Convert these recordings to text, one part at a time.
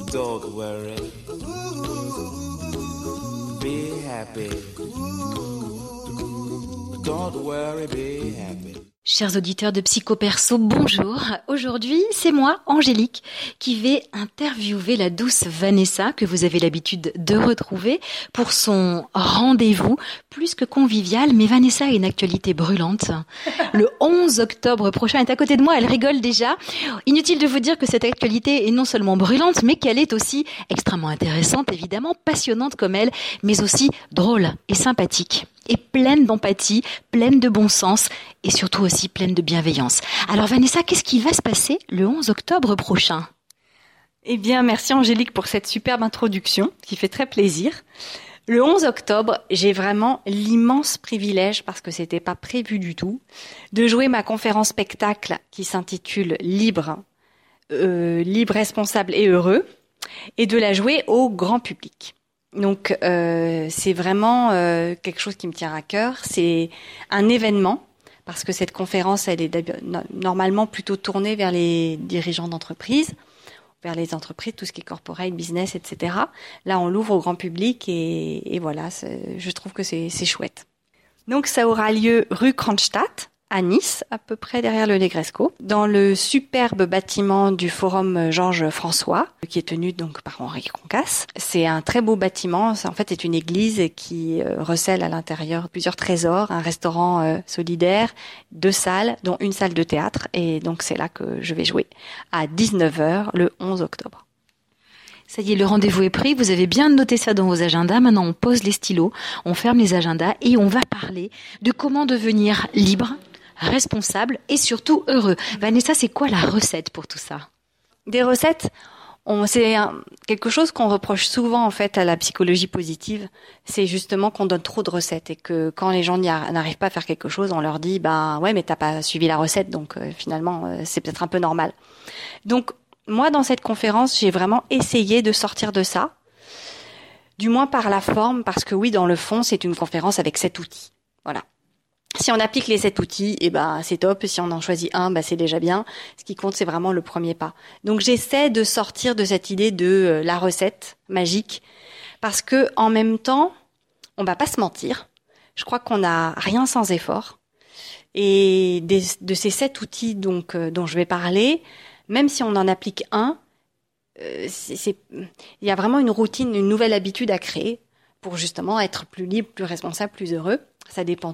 Don't worry. Be happy. Don't worry, be happy. Chers auditeurs de Psycho Perso, bonjour. Aujourd'hui, c'est moi, Angélique, qui vais interviewer la douce Vanessa, que vous avez l'habitude de retrouver, pour son rendez-vous plus que convivial. Mais Vanessa a une actualité brûlante. Le 11 octobre prochain est à côté de moi, elle rigole déjà. Inutile de vous dire que cette actualité est non seulement brûlante, mais qu'elle est aussi extrêmement intéressante, évidemment, passionnante comme elle, mais aussi drôle et sympathique. Et pleine d'empathie, pleine de bon sens et surtout aussi pleine de bienveillance. Alors Vanessa, qu'est-ce qui va se passer le 11 octobre prochain ? Eh bien, merci Angélique pour cette superbe introduction qui fait très plaisir. Le 11 octobre, j'ai vraiment l'immense privilège, parce que c'était pas prévu du tout, de jouer ma conférence spectacle qui s'intitule Libre, responsable et heureux, et de la jouer au grand public. Donc c'est vraiment quelque chose qui me tient à cœur. C'est un événement, parce que cette conférence, elle est normalement plutôt tournée vers les dirigeants d'entreprise, vers les entreprises, tout ce qui est corporate, business, etc. Là, on l'ouvre au grand public et voilà, je trouve que c'est chouette. Donc ça aura lieu rue Kronstadt, à Nice, à peu près derrière le Negresco, dans le superbe bâtiment du Forum Georges François, qui est tenu donc par Henri Concasse. C'est un très beau bâtiment. En fait, c'est une église qui recèle à l'intérieur plusieurs trésors, un restaurant solidaire, 2 salles, dont une salle de théâtre. Et donc, c'est là que je vais jouer à 19h le 11 octobre. Ça y est, le rendez-vous est pris. Vous avez bien noté ça dans vos agendas. Maintenant, on pose les stylos, on ferme les agendas et on va parler de comment devenir libre, responsable et surtout heureux. Vanessa, c'est quoi la recette pour tout ça ? Des recettes, c'est quelque chose qu'on reproche souvent en fait à la psychologie positive. C'est justement qu'on donne trop de recettes et que quand les gens n'arrivent pas à faire quelque chose, on leur dit ouais, mais t'as pas suivi la recette, donc finalement c'est peut-être un peu normal. Donc moi, dans cette conférence, j'ai vraiment essayé de sortir de ça, du moins par la forme, parce que oui, dans le fond, c'est une conférence avec 7 outils. Voilà. Si on applique les 7 outils, c'est top. Si on en choisit un, c'est déjà bien. Ce qui compte, c'est vraiment le premier pas. Donc, j'essaie de sortir de cette idée de la recette magique, parce que en même temps, on va pas se mentir. Je crois qu'on n'a rien sans effort. Et de ces 7 outils dont je vais parler, même si on en applique un, il y a vraiment une routine, une nouvelle habitude à créer pour justement être plus libre, plus responsable, plus heureux. Ça dépend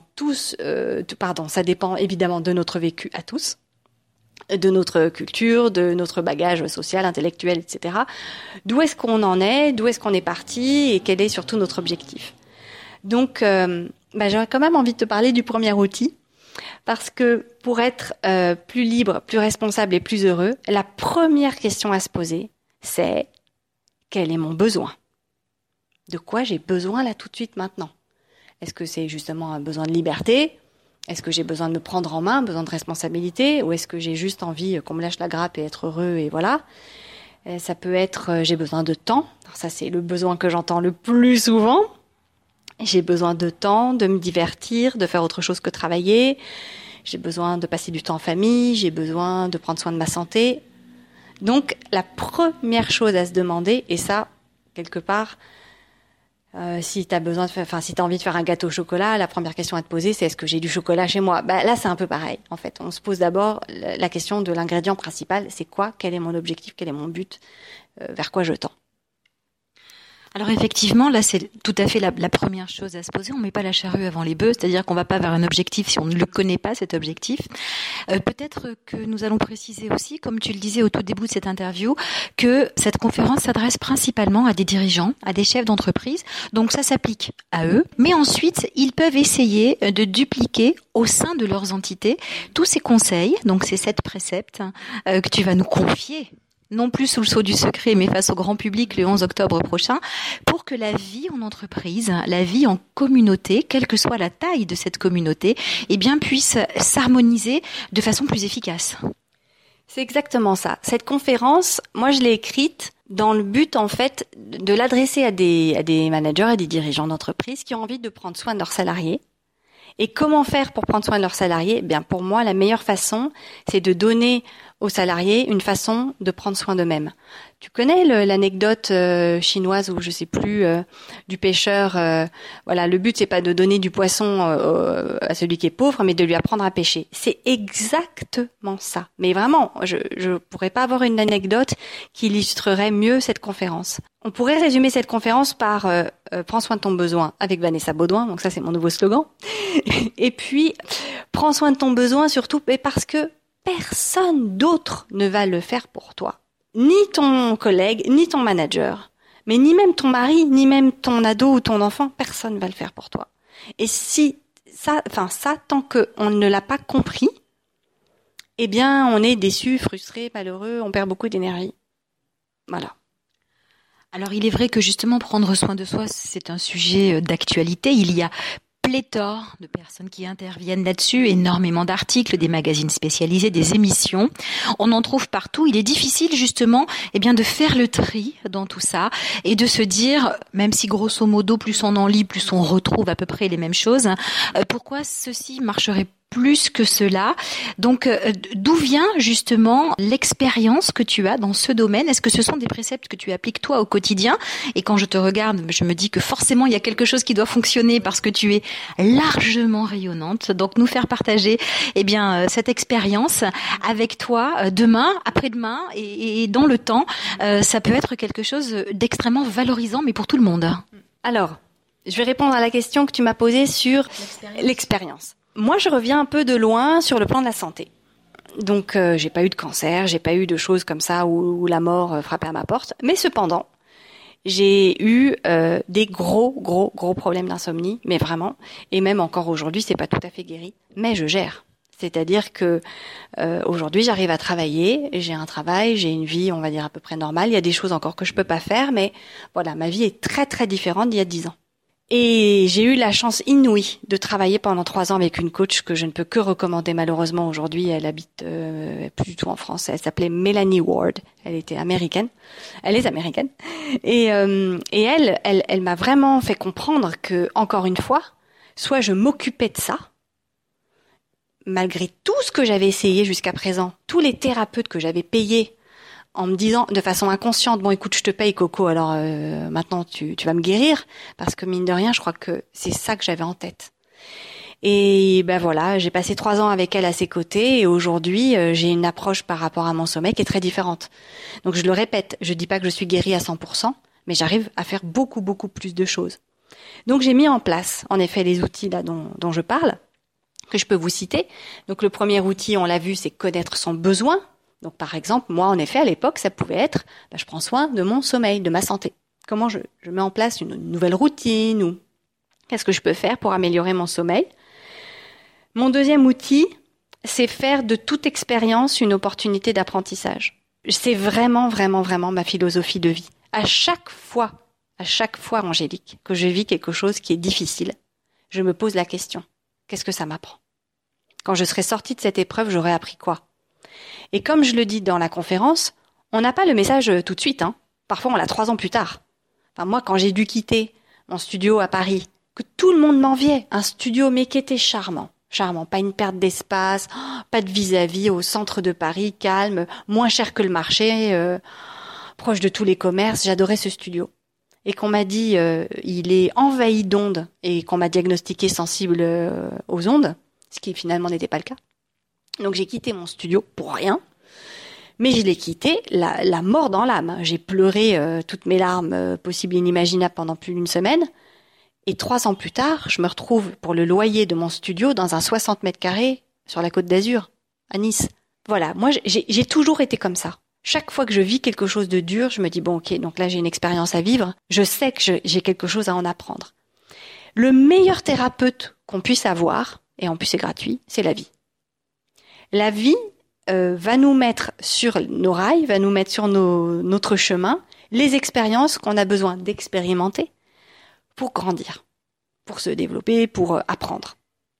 ça dépend évidemment de notre vécu à tous, de notre culture, de notre bagage social, intellectuel, etc. D'où est-ce qu'on en est, d'où est-ce qu'on est parti et quel est surtout notre objectif. Donc, j'aurais quand même envie de te parler du premier outil, parce que pour être plus libre, plus responsable et plus heureux, la première question à se poser, c'est quel est mon besoin ? De quoi j'ai besoin là tout de suite maintenant ? Est-ce que c'est justement un besoin de liberté ? Est-ce que j'ai besoin de me prendre en main, besoin de responsabilité ? Ou est-ce que j'ai juste envie qu'on me lâche la grappe et être heureux et voilà ? Ça peut être j'ai besoin de temps. Alors ça, c'est le besoin que j'entends le plus souvent. J'ai besoin de temps, de me divertir, de faire autre chose que travailler. J'ai besoin de passer du temps en famille. J'ai besoin de prendre soin de ma santé. Donc, la première chose à se demander, et ça, quelque part, si t'as envie de faire un gâteau au chocolat, la première question à te poser, c'est est-ce que j'ai du chocolat chez moi ? Là, c'est un peu pareil. En fait, on se pose d'abord la question de l'ingrédient principal. C'est quoi ? Quel est mon objectif ? Quel est mon but ? Vers quoi je tends ? Alors effectivement, là c'est tout à fait la première chose à se poser. On met pas la charrue avant les bœufs, c'est-à-dire qu'on va pas vers un objectif si on ne le connaît pas, cet objectif. Peut-être que nous allons préciser aussi, comme tu le disais au tout début de cette interview, que cette conférence s'adresse principalement à des dirigeants, à des chefs d'entreprise. Donc ça s'applique à eux. Mais ensuite, ils peuvent essayer de dupliquer au sein de leurs entités tous ces conseils, donc ces 7 préceptes que tu vas nous confier, non plus sous le sceau du secret, mais face au grand public le 11 octobre prochain, pour que la vie en entreprise, la vie en communauté, quelle que soit la taille de cette communauté, puisse s'harmoniser de façon plus efficace. C'est exactement ça. Cette conférence, moi je l'ai écrite dans le but en fait de l'adresser à des managers et des dirigeants d'entreprise qui ont envie de prendre soin de leurs salariés. Et comment faire pour prendre soin de leurs salariés ? Pour moi, la meilleure façon, c'est de donner aux salariés une façon de prendre soin d'eux-mêmes. Tu connais l'anecdote chinoise ou je sais plus du pêcheur. Voilà, le but c'est pas de donner du poisson à celui qui est pauvre, mais de lui apprendre à pêcher. C'est exactement ça. Mais vraiment, je pourrais pas avoir une anecdote qui illustrerait mieux cette conférence. On pourrait résumer cette conférence par prends soin de ton besoin avec Vanessa Baudouin. Donc ça c'est mon nouveau slogan. Et puis prends soin de ton besoin surtout parce que personne d'autre ne va le faire pour toi. Ni ton collègue, ni ton manager, mais ni même ton mari, ni même ton ado ou ton enfant, personne ne va le faire pour toi. Et si ça, tant qu'on ne l'a pas compris, eh bien, on est déçu, frustré, malheureux, on perd beaucoup d'énergie. Voilà. Alors, il est vrai que justement, prendre soin de soi, c'est un sujet d'actualité. Il y a pléthore de personnes qui interviennent là-dessus, énormément d'articles, des magazines spécialisés, des émissions. On en trouve partout. Il est difficile justement, de faire le tri dans tout ça et de se dire, même si grosso modo, plus on en lit, plus on retrouve à peu près les mêmes choses, pourquoi ceci marcherait plus que cela. Donc, d'où vient justement l'expérience que tu as dans ce domaine? Est-ce que ce sont des préceptes que tu appliques toi au quotidien? Et quand je te regarde, je me dis que forcément, il y a quelque chose qui doit fonctionner parce que tu es largement rayonnante. Donc, nous faire partager cette expérience avec toi demain, après-demain et dans le temps, ça peut être quelque chose d'extrêmement valorisant, mais pour tout le monde. Alors, je vais répondre à la question que tu m'as posée sur l'expérience. Moi, je reviens un peu de loin sur le plan de la santé. Donc, j'ai pas eu de cancer, j'ai pas eu de choses comme ça où la mort frappait à ma porte. Mais cependant, j'ai eu des gros problèmes d'insomnie, mais vraiment. Et même encore aujourd'hui, c'est pas tout à fait guéri, mais je gère. C'est-à-dire que aujourd'hui, j'arrive à travailler, j'ai un travail, j'ai une vie, on va dire à peu près normale. Il y a des choses encore que je peux pas faire, mais voilà, ma vie est très très différente d'il y a 10 ans. Et j'ai eu la chance inouïe de travailler pendant 3 ans avec une coach que je ne peux que recommander malheureusement aujourd'hui. Elle habite plus du tout en France. Elle s'appelait Melanie Ward. Elle était américaine. Elle est américaine. Et elle m'a vraiment fait comprendre que, encore une fois, soit je m'occupais de ça, malgré tout ce que j'avais essayé jusqu'à présent, tous les thérapeutes que j'avais payés, en me disant de façon inconsciente, bon écoute, je te paye Coco, alors maintenant tu vas me guérir, parce que mine de rien, je crois que c'est ça que j'avais en tête. Et ben voilà, j'ai passé 3 ans avec elle à ses côtés, et aujourd'hui, j'ai une approche par rapport à mon sommeil qui est très différente. Donc je le répète, je dis pas que je suis guérie à 100%, mais j'arrive à faire beaucoup plus de choses. Donc j'ai mis en place, en effet, les outils là dont je parle, que je peux vous citer. Donc le premier outil, on l'a vu, c'est connaître son besoin. Donc, par exemple, moi, en effet, à l'époque, ça pouvait être, je prends soin de mon sommeil, de ma santé. Comment je mets en place une nouvelle routine ou qu'est-ce que je peux faire pour améliorer mon sommeil? Mon deuxième outil, c'est faire de toute expérience une opportunité d'apprentissage. C'est vraiment ma philosophie de vie. À chaque fois, Angélique, que je vis quelque chose qui est difficile, je me pose la question, qu'est-ce que ça m'apprend? Quand je serai sortie de cette épreuve, j'aurai appris quoi? Et comme je le dis dans la conférence, on n'a pas le message tout de suite. Parfois, on l'a 3 ans plus tard. Enfin, moi, quand j'ai dû quitter mon studio à Paris, que tout le monde m'enviait, un studio mais qui était charmant, pas une perte d'espace, pas de vis-à-vis au centre de Paris, calme, moins cher que le marché, proche de tous les commerces. J'adorais ce studio. Et qu'on m'a dit, il est envahi d'ondes, et qu'on m'a diagnostiqué sensible aux ondes, ce qui finalement n'était pas le cas. Donc j'ai quitté mon studio pour rien, mais je l'ai quitté la mort dans l'âme. J'ai pleuré toutes mes larmes possibles et inimaginables pendant plus d'1 semaine. Et 3 ans plus tard, je me retrouve pour le loyer de mon studio dans un 60 mètres carrés sur la Côte d'Azur, à Nice. Voilà, moi j'ai toujours été comme ça. Chaque fois que je vis quelque chose de dur, je me dis bon ok, donc là j'ai une expérience à vivre. Je sais que j'ai quelque chose à en apprendre. Le meilleur thérapeute qu'on puisse avoir, et en plus c'est gratuit, c'est la vie. La vie va nous mettre sur nos rails, va nous mettre sur notre chemin, les expériences qu'on a besoin d'expérimenter pour grandir, pour se développer, pour apprendre.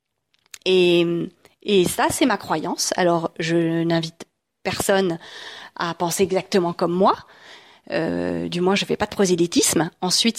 Et ça, c'est ma croyance. Alors, je n'invite personne à penser exactement comme moi. Du moins, je fais pas de prosélytisme. Ensuite,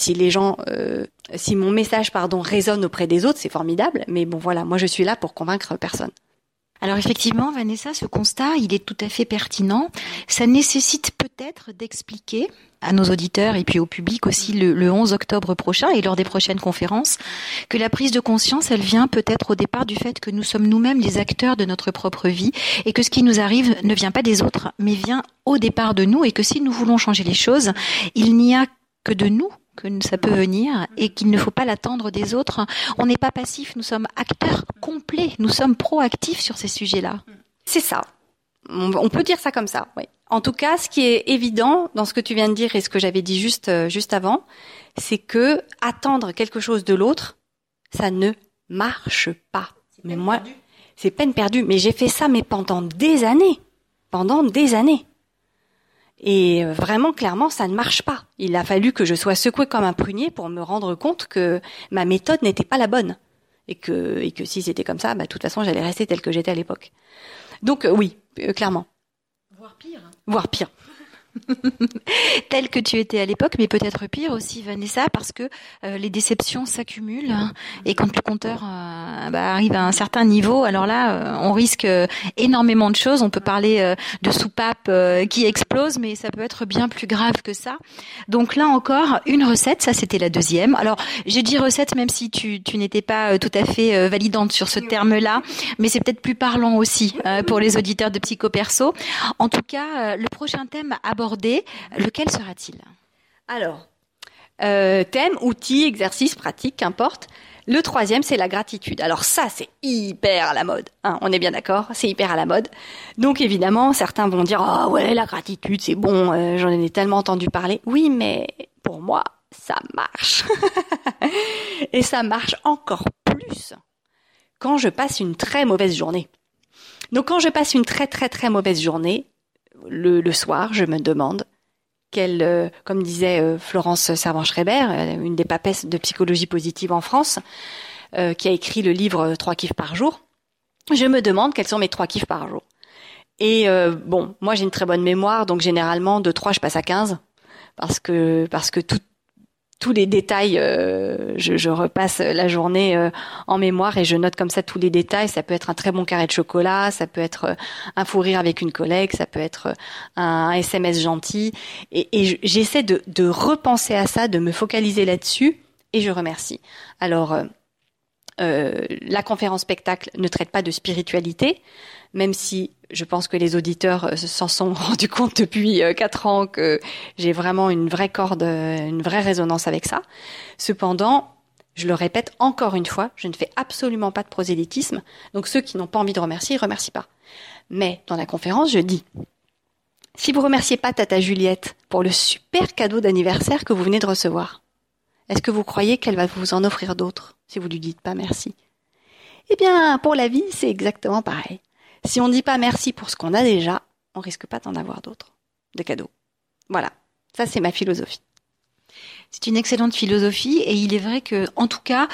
si mon message, résonne auprès des autres, c'est formidable. Mais bon, voilà, moi, je suis là pour convaincre personne. Alors effectivement, Vanessa, ce constat, il est tout à fait pertinent. Ça nécessite peut-être d'expliquer à nos auditeurs et puis au public aussi le 11 octobre prochain et lors des prochaines conférences que la prise de conscience, elle vient peut-être au départ du fait que nous sommes nous-mêmes les acteurs de notre propre vie et que ce qui nous arrive ne vient pas des autres, mais vient au départ de nous et que si nous voulons changer les choses, il n'y a que de nous que ça peut venir et qu'il ne faut pas l'attendre des autres. On n'est pas passif, nous sommes acteurs complets, nous sommes proactifs sur ces sujets-là. C'est ça. On peut dire ça comme ça, oui. En tout cas, ce qui est évident dans ce que tu viens de dire et ce que j'avais dit juste avant, c'est que attendre quelque chose de l'autre, ça ne marche pas. Mais moi, c'est peine perdue. Mais j'ai fait ça, mais pendant des années. Et vraiment, clairement, ça ne marche pas. Il a fallu que je sois secouée comme un prunier pour me rendre compte que ma méthode n'était pas la bonne. Et que si c'était comme ça, de toute façon, j'allais rester telle que j'étais à l'époque. Donc, oui, clairement. Voire pire. Tel que tu étais à l'époque, mais peut-être pire aussi, Vanessa, parce que les déceptions s'accumulent et quand le compteur arrive à un certain niveau, alors là, on risque énormément de choses. On peut parler de soupapes qui explosent, mais ça peut être bien plus grave que ça. Donc là encore, une recette, ça c'était la deuxième. Alors, j'ai dit recette même si tu n'étais pas tout à fait validante sur ce terme-là, mais c'est peut-être plus parlant aussi pour les auditeurs de Psycho Perso. En tout cas, le prochain thème abordé, lequel sera-t-il ? Alors, thème, outils, exercices, pratiques, qu'importe. Le troisième, c'est la gratitude. Alors ça, c'est hyper à la mode. On est bien d'accord, c'est hyper à la mode. Donc évidemment, certains vont dire « Ah ouais, la gratitude, c'est bon, j'en ai tellement entendu parler. » Oui, mais pour moi, ça marche. Et ça marche encore plus quand je passe une très mauvaise journée. Donc quand je passe une très très très mauvaise journée, le soir, je me demande comme disait Florence Servan-Schreiber, une des papesses de psychologie positive en France, qui a écrit le livre 3 kiffs par jour, je me demande quels sont mes 3 kiffs par jour. Et moi j'ai une très bonne mémoire, donc généralement de 3 je passe à 15, parce que tous les détails, je repasse la journée en mémoire et je note comme ça tous les détails. Ça peut être un très bon carré de chocolat, ça peut être un fou rire avec une collègue, ça peut être un SMS gentil. Et j'essaie de repenser à ça, de me focaliser là-dessus et je remercie. Alors, la conférence spectacle ne traite pas de spiritualité, même si je pense que les auditeurs s'en sont rendus compte depuis 4 ans que j'ai vraiment une vraie corde, une vraie résonance avec ça. Cependant, je le répète encore une fois, je ne fais absolument pas de prosélytisme. Donc ceux qui n'ont pas envie de remercier, ils remercient pas. Mais dans la conférence, je dis, si vous remerciez pas Tata Juliette pour le super cadeau d'anniversaire que vous venez de recevoir, est-ce que vous croyez qu'elle va vous en offrir d'autres si vous lui dites pas merci ? Eh bien, pour la vie, c'est exactement pareil. Si on ne dit pas merci pour ce qu'on a déjà, on risque pas d'en avoir d'autres, de cadeaux. Voilà, ça c'est ma philosophie. C'est une excellente philosophie et il est vrai que, en tout cas,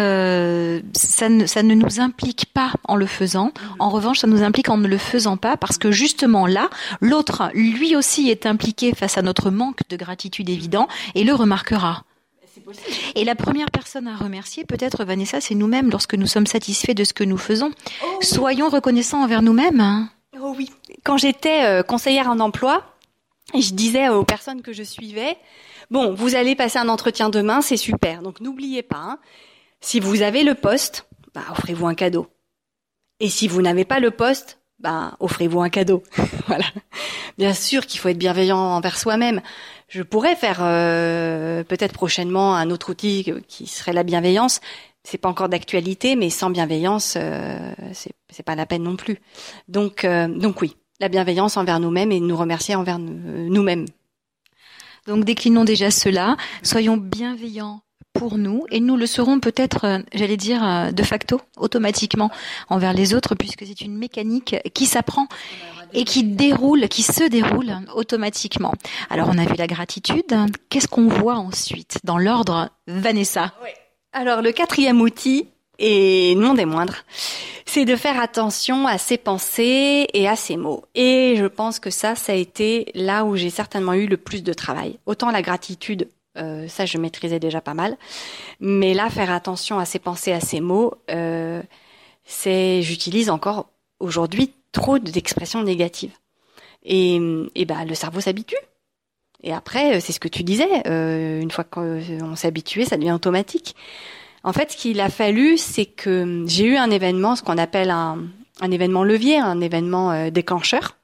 ça ne nous implique pas en le faisant. En revanche, ça nous implique en ne le faisant pas parce que justement là, l'autre, lui aussi est impliqué face à notre manque de gratitude évident et le remarquera. Et la première personne à remercier, peut-être, Vanessa, c'est nous-mêmes lorsque nous sommes satisfaits de ce que nous faisons. Oh, soyons reconnaissants envers nous-mêmes. Oh oui. Quand j'étais conseillère en emploi, je disais aux personnes que je suivais, bon, vous allez passer un entretien demain, c'est super. Donc n'oubliez pas, si vous avez le poste, offrez-vous un cadeau. Et si vous n'avez pas le poste, offrez-vous un cadeau. Voilà. Bien sûr qu'il faut être bienveillant envers soi-même. Je pourrais faire peut-être prochainement un autre outil qui serait la bienveillance. C'est pas encore d'actualité, mais sans bienveillance, c'est pas la peine non plus. Donc oui, la bienveillance envers nous-mêmes et nous remercier envers nous-mêmes. Donc déclinons déjà cela. Soyons bienveillants pour nous et nous le serons peut-être, j'allais dire, de facto, automatiquement envers les autres puisque c'est une mécanique qui s'apprend et qui se déroule automatiquement. Alors on a vu la gratitude, qu'est-ce qu'on voit ensuite dans l'ordre, Vanessa ? Oui. Alors le 4e outil, et non des moindres, c'est de faire attention à ses pensées et à ses mots. Et je pense que ça a été là où j'ai certainement eu le plus de travail. Autant la gratitude, ça je maîtrisais déjà pas mal, mais là faire attention à ses pensées, à ses mots, j'utilise encore aujourd'hui trop d'expressions négatives. Et le cerveau s'habitue. Et après, c'est ce que tu disais, une fois qu'on s'est habitué, ça devient automatique. En fait, ce qu'il a fallu, c'est que j'ai eu un événement, ce qu'on appelle un événement levier, un événement déclencheur.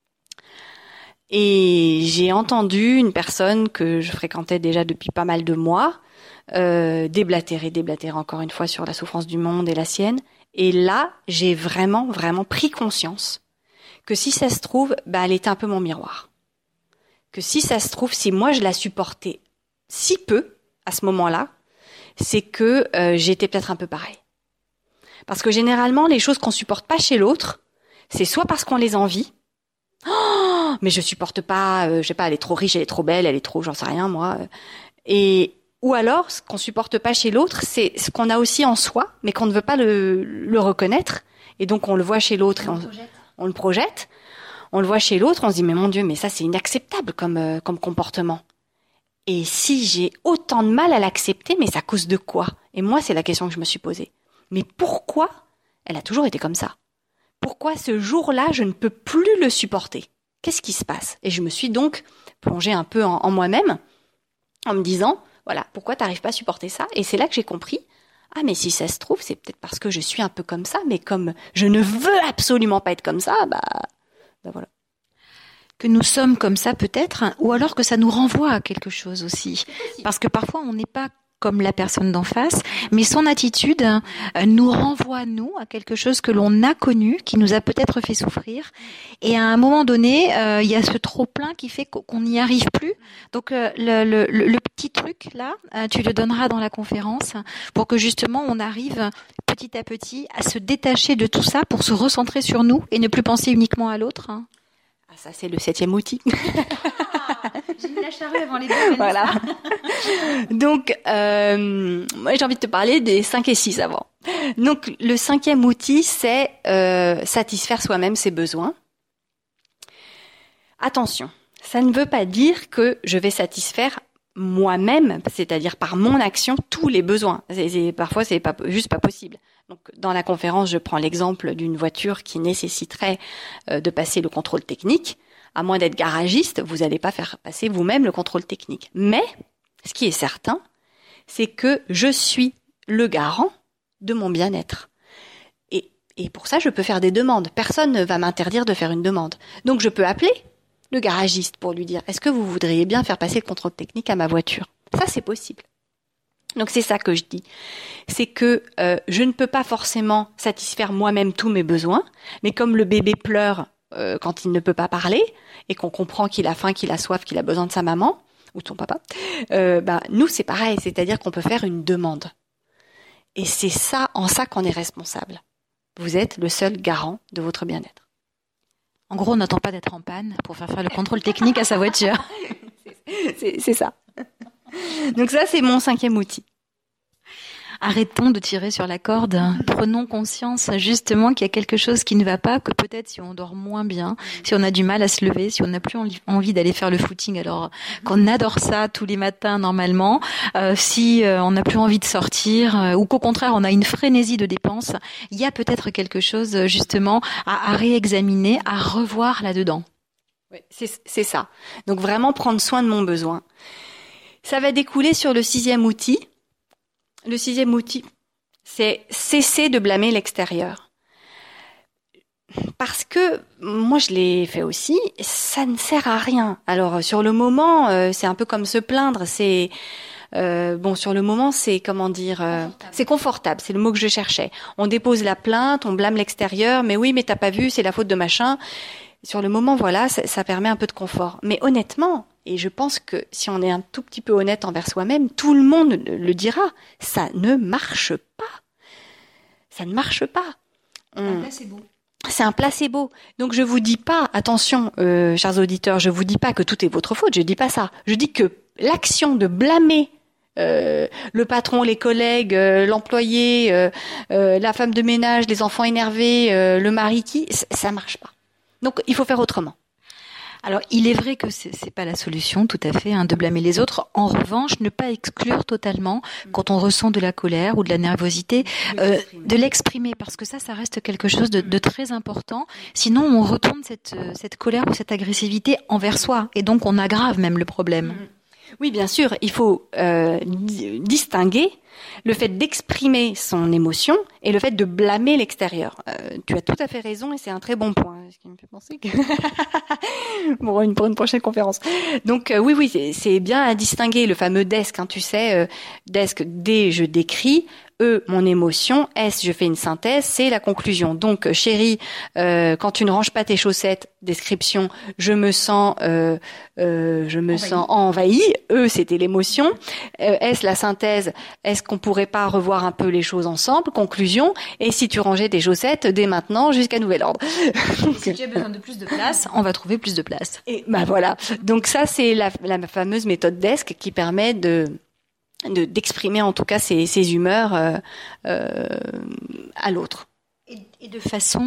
Et j'ai entendu une personne que je fréquentais déjà depuis pas mal de mois déblatérer encore une fois sur la souffrance du monde et la sienne. Et là, j'ai vraiment pris conscience que si ça se trouve, elle était un peu mon miroir. Que si ça se trouve, si moi je la supportais si peu à ce moment-là, c'est que j'étais peut-être un peu pareil. Parce que généralement, les choses qu'on supporte pas chez l'autre, c'est soit parce qu'on les envie. Oh, mais je supporte pas, je sais pas, elle est trop riche, elle est trop belle, elle est trop, j'en sais rien moi. Ou alors, ce qu'on supporte pas chez l'autre, c'est ce qu'on a aussi en soi, mais qu'on ne veut pas le reconnaître. Et donc, on le voit chez l'autre et on le projette. On le voit chez l'autre, on se dit, mais mon Dieu, mais ça, c'est inacceptable comme comportement. Et si j'ai autant de mal à l'accepter, mais ça cause de quoi? Et moi, c'est la question que je me suis posée. Mais pourquoi elle a toujours été comme ça? Pourquoi ce jour-là, je ne peux plus le supporter? Qu'est-ce qui se passe? Et je me suis donc plongée un peu en moi-même, en me disant, voilà, pourquoi t'arrives pas à supporter ça? Et c'est là que j'ai compris, ah mais si ça se trouve, c'est peut-être parce que je suis un peu comme ça, mais comme je ne veux absolument pas être comme ça, voilà. Que nous sommes comme ça peut-être, ou alors que ça nous renvoie à quelque chose aussi. Parce que parfois on n'est pas comme la personne d'en face, mais son attitude nous renvoie, nous, à quelque chose que l'on a connu, qui nous a peut-être fait souffrir. Et à un moment donné, il y a ce trop-plein qui fait qu'on n'y arrive plus. Donc le petit truc, là, tu le donneras dans la conférence, pour que justement on arrive petit à petit à se détacher de tout ça, pour se recentrer sur nous et ne plus penser uniquement à l'autre. Ah, ça, c'est le 7e outil. J'ai mis la charrue avant les deux. Voilà. Donc, moi, j'ai envie de te parler des 5 et 6 avant. Donc, le 5e outil, c'est satisfaire soi-même ses besoins. Attention, ça ne veut pas dire que je vais satisfaire moi-même, c'est-à-dire par mon action, tous les besoins. Parfois, c'est juste pas possible. Donc, dans la conférence, je prends l'exemple d'une voiture qui nécessiterait de passer le contrôle technique. À moins d'être garagiste, vous n'allez pas faire passer vous-même le contrôle technique. Mais, ce qui est certain, c'est que je suis le garant de mon bien-être. Et pour ça, je peux faire des demandes. Personne ne va m'interdire de faire une demande. Donc, je peux appeler le garagiste pour lui dire « Est-ce que vous voudriez bien faire passer le contrôle technique à ma voiture ?» Ça, c'est possible. Donc, c'est ça que je dis. C'est que je ne peux pas forcément satisfaire moi-même tous mes besoins, mais comme le bébé pleure quand il ne peut pas parler et qu'on comprend qu'il a faim, qu'il a soif, qu'il a besoin de sa maman ou de son papa, nous, c'est pareil. C'est-à-dire qu'on peut faire une demande. Et c'est ça, en ça qu'on est responsable. Vous êtes le seul garant de votre bien-être. En gros, on n'attend pas d'être en panne pour faire le contrôle technique à sa voiture. C'est ça. Donc ça, c'est mon 5e outil. Arrêtons de tirer sur la corde. Prenons conscience justement qu'il y a quelque chose qui ne va pas, que peut-être si on dort moins bien, si on a du mal à se lever, si on n'a plus envie d'aller faire le footing alors qu'on adore ça tous les matins normalement, si on n'a plus envie de sortir ou qu'au contraire on a une frénésie de dépenses, il y a peut-être quelque chose justement à réexaminer, à revoir là-dedans. Oui, c'est ça. Donc vraiment prendre soin de mon besoin. Ça va découler sur le 6e outil. Le 6e outil, c'est cesser de blâmer l'extérieur. Parce que, moi je l'ai fait aussi, ça ne sert à rien. Alors sur le moment, c'est un peu comme se plaindre, c'est... sur le moment, c'est c'est confortable, c'est le mot que je cherchais. On dépose la plainte, on blâme l'extérieur, mais oui, mais t'as pas vu, c'est la faute de machin. Sur le moment, voilà, ça permet un peu de confort. Mais honnêtement, et je pense que si on est un tout petit peu honnête envers soi-même, tout le monde le dira, ça ne marche pas. Ça ne marche pas. Un placebo. C'est un placebo. Donc je vous dis pas, attention, chers auditeurs, je vous dis pas que tout est votre faute, je dis pas ça. Je dis que l'action de blâmer le patron, les collègues, l'employé, la femme de ménage, les enfants énervés, le mari ça marche pas. Donc il faut faire autrement. Alors, il est vrai que c'est pas la solution, tout à fait, de blâmer les autres. En revanche, ne pas exclure totalement, quand on ressent de la colère ou de la nervosité, de l'exprimer, parce que ça reste quelque chose de très important. Sinon, on retourne cette colère ou cette agressivité envers soi, et donc on aggrave même le problème. Oui, bien sûr, il faut distinguer le fait d'exprimer son émotion et le fait de blâmer l'extérieur. Tu as tout à fait raison et c'est un très bon point. Ce qui me fait penser que bon, pour une prochaine conférence. Donc oui, c'est bien à distinguer le fameux desk, tu sais, desk, D, je décris, E, mon émotion, S, je fais une synthèse, c'est la conclusion. Donc, chérie, quand tu ne ranges pas tes chaussettes, description, je me sens envahie. E, c'était l'émotion. S, la synthèse, est-ce qu'on pourrait pas revoir un peu les choses ensemble? Conclusion. Et si tu rangeais tes chaussettes dès maintenant jusqu'à nouvel ordre. Si tu as besoin de plus de place, on va trouver plus de place. Et voilà. Donc ça, c'est la fameuse méthode DESC qui permet d'exprimer en tout cas ses humeurs à l'autre. Et de façon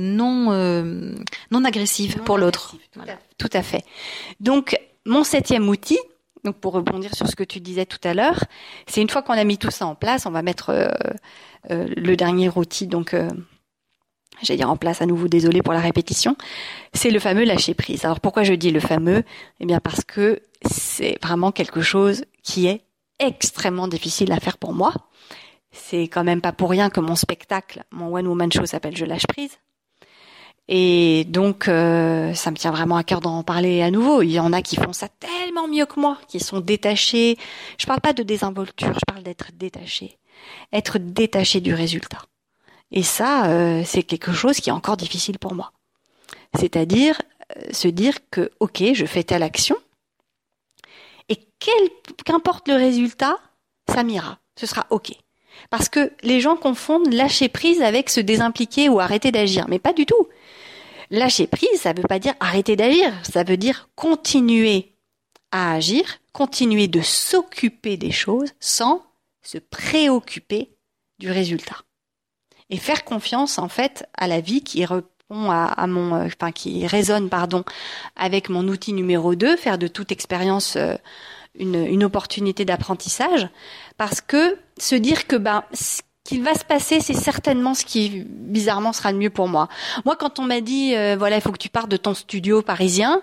non agressive pour l'autre. Tout à fait. Donc, mon 7e outil, donc pour rebondir sur ce que tu disais tout à l'heure, c'est une fois qu'on a mis tout ça en place, on va mettre le dernier outil, donc j'allais dire en place à nouveau, désolé pour la répétition, c'est le fameux lâcher prise. Alors pourquoi je dis le fameux? Eh bien parce que c'est vraiment quelque chose qui est extrêmement difficile à faire pour moi. C'est quand même pas pour rien que mon spectacle, mon One Woman Show s'appelle Je lâche prise. Et donc, ça me tient vraiment à cœur d'en parler à nouveau. Il y en a qui font ça tellement mieux que moi, qui sont détachés. Je parle pas de désinvolture, je parle d'être détaché. Être détaché du résultat. Et ça, c'est quelque chose qui est encore difficile pour moi. C'est-à-dire, se dire que, ok, je fais telle action, et qu'importe le résultat, ça m'ira. Ce sera ok. Parce que les gens confondent lâcher prise avec se désimpliquer ou arrêter d'agir. Mais pas du tout. Lâcher prise, ça veut pas dire arrêter d'agir. Ça veut dire continuer à agir, continuer de s'occuper des choses sans se préoccuper du résultat. Et faire confiance, en fait, à la vie qui répond qui résonne, avec mon outil numéro 2, faire de toute expérience une opportunité d'apprentissage, parce que se dire que ce qu'il va se passer, c'est certainement ce qui bizarrement sera le mieux pour moi. Moi, quand on m'a dit voilà, il faut que tu partes de ton studio parisien,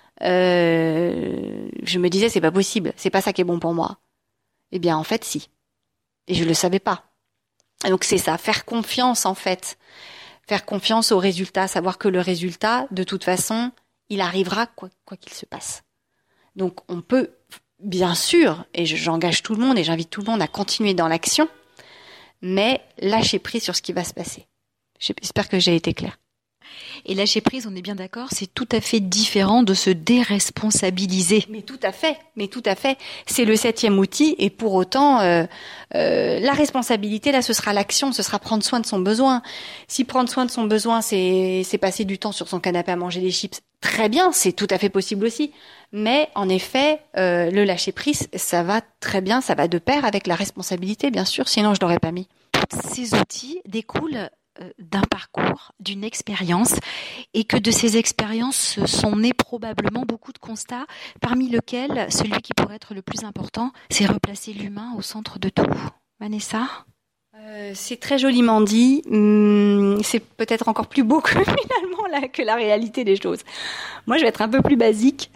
je me disais c'est pas possible, c'est pas ça qui est bon pour moi. Eh bien en fait si. Et je le savais pas. Et donc c'est ça, faire confiance en fait. Faire confiance au résultat, savoir que le résultat, de toute façon, il arrivera quoi qu'il se passe. Donc on peut bien sûr, et j'engage tout le monde et j'invite tout le monde à continuer dans l'action, mais lâcher prise sur ce qui va se passer. J'espère que j'ai été claire. Et lâcher prise, on est bien d'accord, c'est tout à fait différent de se déresponsabiliser. Mais tout à fait. C'est le 7e outil et pour autant, la responsabilité, là, ce sera l'action, ce sera prendre soin de son besoin. Si prendre soin de son besoin, c'est passer du temps sur son canapé à manger des chips, très bien, c'est tout à fait possible aussi. Mais en effet, le lâcher prise, ça va très bien, ça va de pair avec la responsabilité, bien sûr, sinon je l'aurais pas mis. Tous ces outils découlent d'un parcours, d'une expérience, et que de ces expériences sont nés probablement beaucoup de constats, parmi lesquels celui qui pourrait être le plus important, c'est replacer l'humain au centre de tout. Vanessa ? C'est très joliment dit. C'est peut-être encore plus beau que finalement que la réalité des choses. Moi, je vais être un peu plus basique.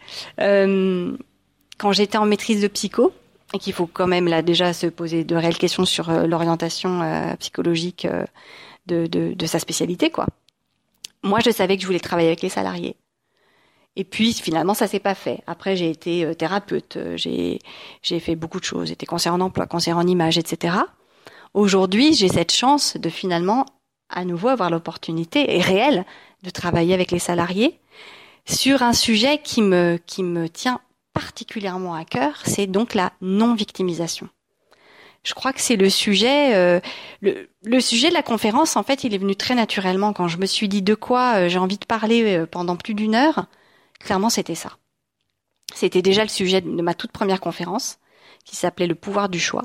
Quand j'étais en maîtrise de psycho, et qu'il faut quand même là déjà se poser de réelles questions sur l'orientation psychologique de sa spécialité, quoi. Moi, je savais que je voulais travailler avec les salariés. Et puis, finalement, ça s'est pas fait. Après, j'ai été thérapeute, j'ai fait beaucoup de choses. J'étais conseillère en emploi, conseillère en image, etc. Aujourd'hui, j'ai cette chance de finalement, à nouveau, avoir l'opportunité, et réelle, de travailler avec les salariés sur un sujet qui me tient particulièrement à cœur, c'est donc la non-victimisation. Je crois que c'est le sujet, le sujet de la conférence, en fait, il est venu très naturellement. Quand je me suis dit de quoi j'ai envie de parler pendant plus d'1 heure, clairement, c'était ça. C'était déjà le sujet de ma toute première conférence, qui s'appelait Le pouvoir du choix.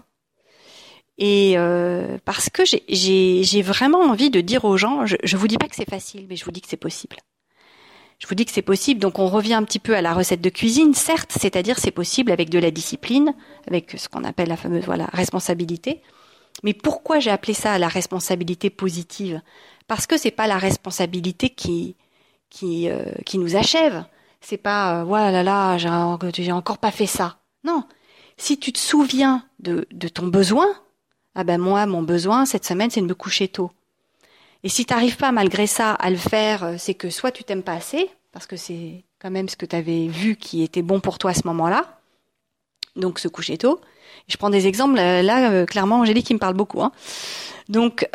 Et parce que j'ai vraiment envie de dire aux gens, je vous dis pas que c'est facile, mais je vous dis que c'est possible. Je vous dis que c'est possible, donc on revient un petit peu à la recette de cuisine, certes, c'est-à-dire c'est possible avec de la discipline, avec ce qu'on appelle la fameuse responsabilité. Mais pourquoi j'ai appelé ça la responsabilité positive ? Parce que c'est pas la responsabilité qui nous achève. C'est pas voilà là j'ai encore pas fait ça. Non. Si tu te souviens de ton besoin, ah ben moi mon besoin cette semaine c'est de me coucher tôt. Et si t'arrives pas malgré ça à le faire, c'est que soit tu t'aimes pas assez, parce que c'est quand même ce que tu avais vu qui était bon pour toi à ce moment-là. Donc se coucher tôt. Je prends des exemples là clairement Angélique qui me parle beaucoup. Hein. Donc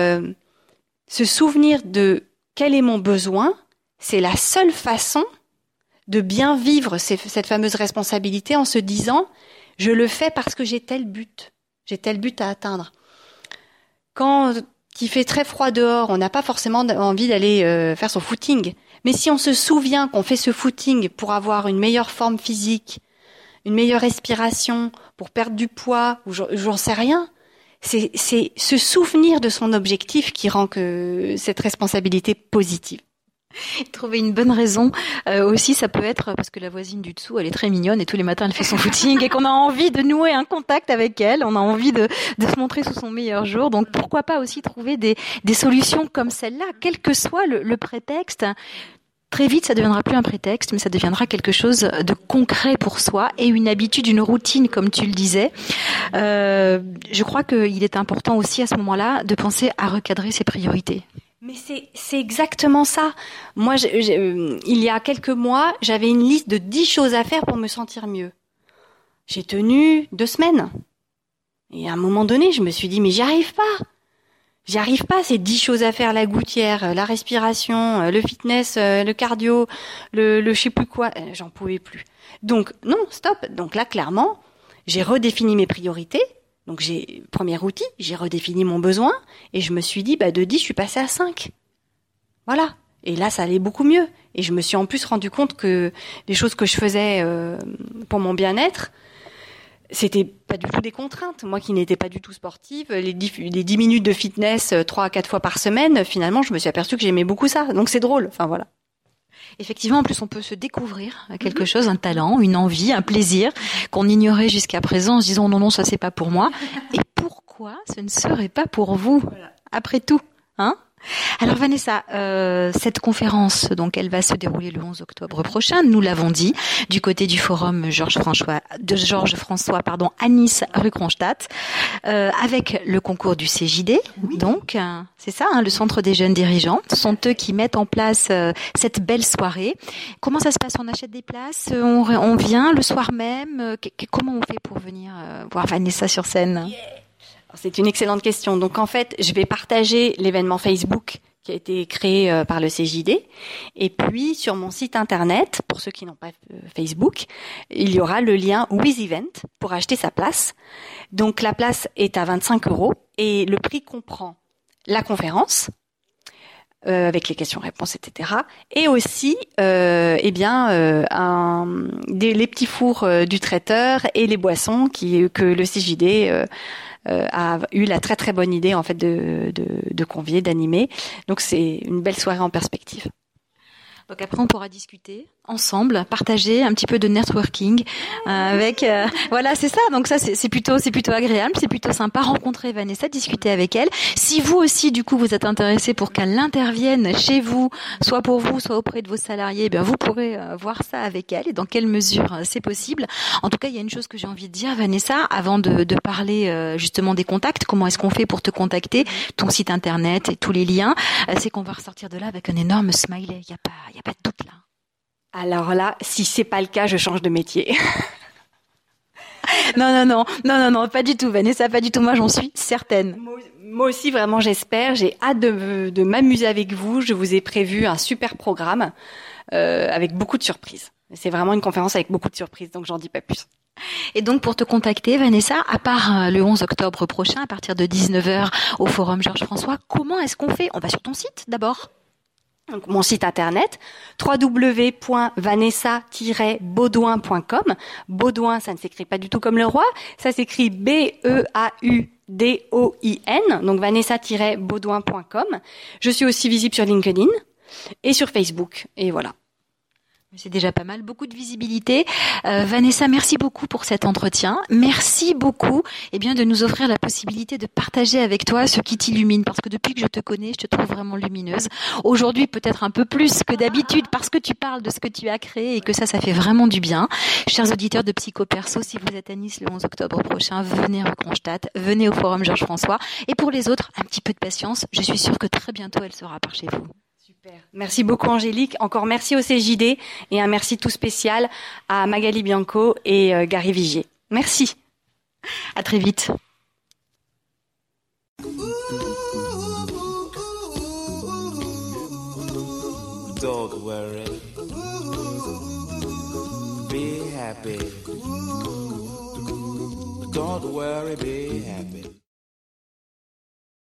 se souvenir de quel est mon besoin, c'est la seule façon de bien vivre cette fameuse responsabilité en se disant je le fais parce que j'ai tel but à atteindre. Quand il fait très froid dehors, on n'a pas forcément envie d'aller faire son footing. Mais si on se souvient qu'on fait ce footing pour avoir une meilleure forme physique, une meilleure respiration, pour perdre du poids, ou j'en sais rien, c'est se souvenir de son objectif qui rend que cette responsabilité positive. Trouver une bonne raison aussi, ça peut être parce que la voisine du dessous, elle est très mignonne et tous les matins elle fait son footing et qu'on a envie de nouer un contact avec elle, on a envie de se montrer sous son meilleur jour. Donc pourquoi pas aussi trouver des solutions comme celle-là, quel que soit le prétexte. Très vite, ça deviendra plus un prétexte, mais ça deviendra quelque chose de concret pour soi et une habitude, une routine, comme tu le disais. Je crois qu'il est important aussi à ce moment-là de penser à recadrer ses priorités. Mais c'est exactement ça. Moi, il y a quelques mois, j'avais une liste de 10 choses à faire pour me sentir mieux. J'ai tenu 2 semaines. Et à un moment donné, je me suis dit, mais j'y arrive pas, ces 10 choses à faire, la gouttière, la respiration, le fitness, le cardio, le je sais plus quoi, j'en pouvais plus. Donc, non, stop. Donc là, clairement, j'ai redéfini mes priorités. Donc premier outil, j'ai redéfini mon besoin et je me suis dit, de 10, je suis passée à 5. Voilà. Et là, ça allait beaucoup mieux. Et je me suis en plus rendu compte que les choses que je faisais pour mon bien-être, c'était pas du tout des contraintes. Moi qui n'étais pas du tout sportive, les 10 minutes de fitness 3 à 4 fois par semaine, finalement, je me suis aperçue que j'aimais beaucoup ça. Donc c'est drôle. Enfin voilà. Effectivement, en plus, on peut se découvrir quelque chose, un talent, une envie, un plaisir qu'on ignorait jusqu'à présent en se disant non, ça c'est pas pour moi. Et pourquoi ce ne serait pas pour vous, voilà. Après tout, hein ? Alors Vanessa, cette conférence, donc elle va se dérouler le 11 octobre prochain, nous l'avons dit, du côté du forum Georges François à Nice, rue Kronstadt, avec le concours du CJD. Oui. Donc, c'est ça, le Centre des jeunes dirigeants. Ce sont eux qui mettent en place cette belle soirée. Comment ça se passe ? On achète des places, on vient le soir même. Comment on fait pour venir voir Vanessa sur scène ? Yeah. C'est une excellente question. Donc en fait, je vais partager l'événement Facebook qui a été créé par le CJD. Et puis sur mon site internet, pour ceux qui n'ont pas Facebook, il y aura le lien WizEvent pour acheter sa place. Donc la place est à 25 € et le prix comprend la conférence avec les questions-réponses, etc. Et aussi, les petits fours du traiteur et les boissons que le CJD a eu la très très bonne idée en fait de convier, d'animer. Donc c'est une belle soirée en perspective. Donc après on pourra discuter ensemble, partager un petit peu de networking avec voilà, c'est ça. Donc ça c'est plutôt agréable, c'est plutôt sympa, rencontrer Vanessa, discuter avec elle. Si vous aussi du coup vous êtes intéressé pour qu'elle intervienne chez vous, soit pour vous, soit auprès de vos salariés, vous pourrez voir ça avec elle et dans quelle mesure c'est possible. En tout cas, il y a une chose que j'ai envie de dire Vanessa avant de parler justement des contacts, comment est-ce qu'on fait pour te contacter, ton site internet et tous les liens, c'est qu'on va ressortir de là avec un énorme smiley, il y a pas de doute là. Alors là, si c'est pas le cas, je change de métier. Non, pas du tout, Vanessa, pas du tout. Moi, j'en suis certaine. Moi aussi, vraiment, j'espère. J'ai hâte de m'amuser avec vous. Je vous ai prévu un super programme avec beaucoup de surprises. C'est vraiment une conférence avec beaucoup de surprises, donc j'en dis pas plus. Et donc, pour te contacter, Vanessa, à part le 11 octobre prochain, à partir de 19h au Forum Georges François, comment est-ce qu'on fait ? On va sur ton site, d'abord. Donc, mon site internet, www.vanessa-baudouin.com. Baudouin, ça ne s'écrit pas du tout comme le roi. Ça s'écrit BEAUDOIN. Donc, vanessa-baudouin.com. Je suis aussi visible sur LinkedIn et sur Facebook. Et voilà. C'est déjà pas mal, beaucoup de visibilité. Vanessa, merci beaucoup pour cet entretien. Merci beaucoup de nous offrir la possibilité de partager avec toi ce qui t'illumine, parce que depuis que je te connais, je te trouve vraiment lumineuse. Aujourd'hui, peut-être un peu plus que d'habitude, parce que tu parles de ce que tu as créé et que ça fait vraiment du bien. Chers auditeurs de Psycho Perso, si vous êtes à Nice le 11 octobre prochain, venez à Kronstadt, venez au Forum Georges François. Et pour les autres, un petit peu de patience. Je suis sûre que très bientôt, elle sera par chez vous. Super. Merci beaucoup Angélique. Encore merci au CJD et un merci tout spécial à Magali Bianco et Gary Vigier. Merci. À très vite. Don't worry. Be happy. Don't worry, be happy.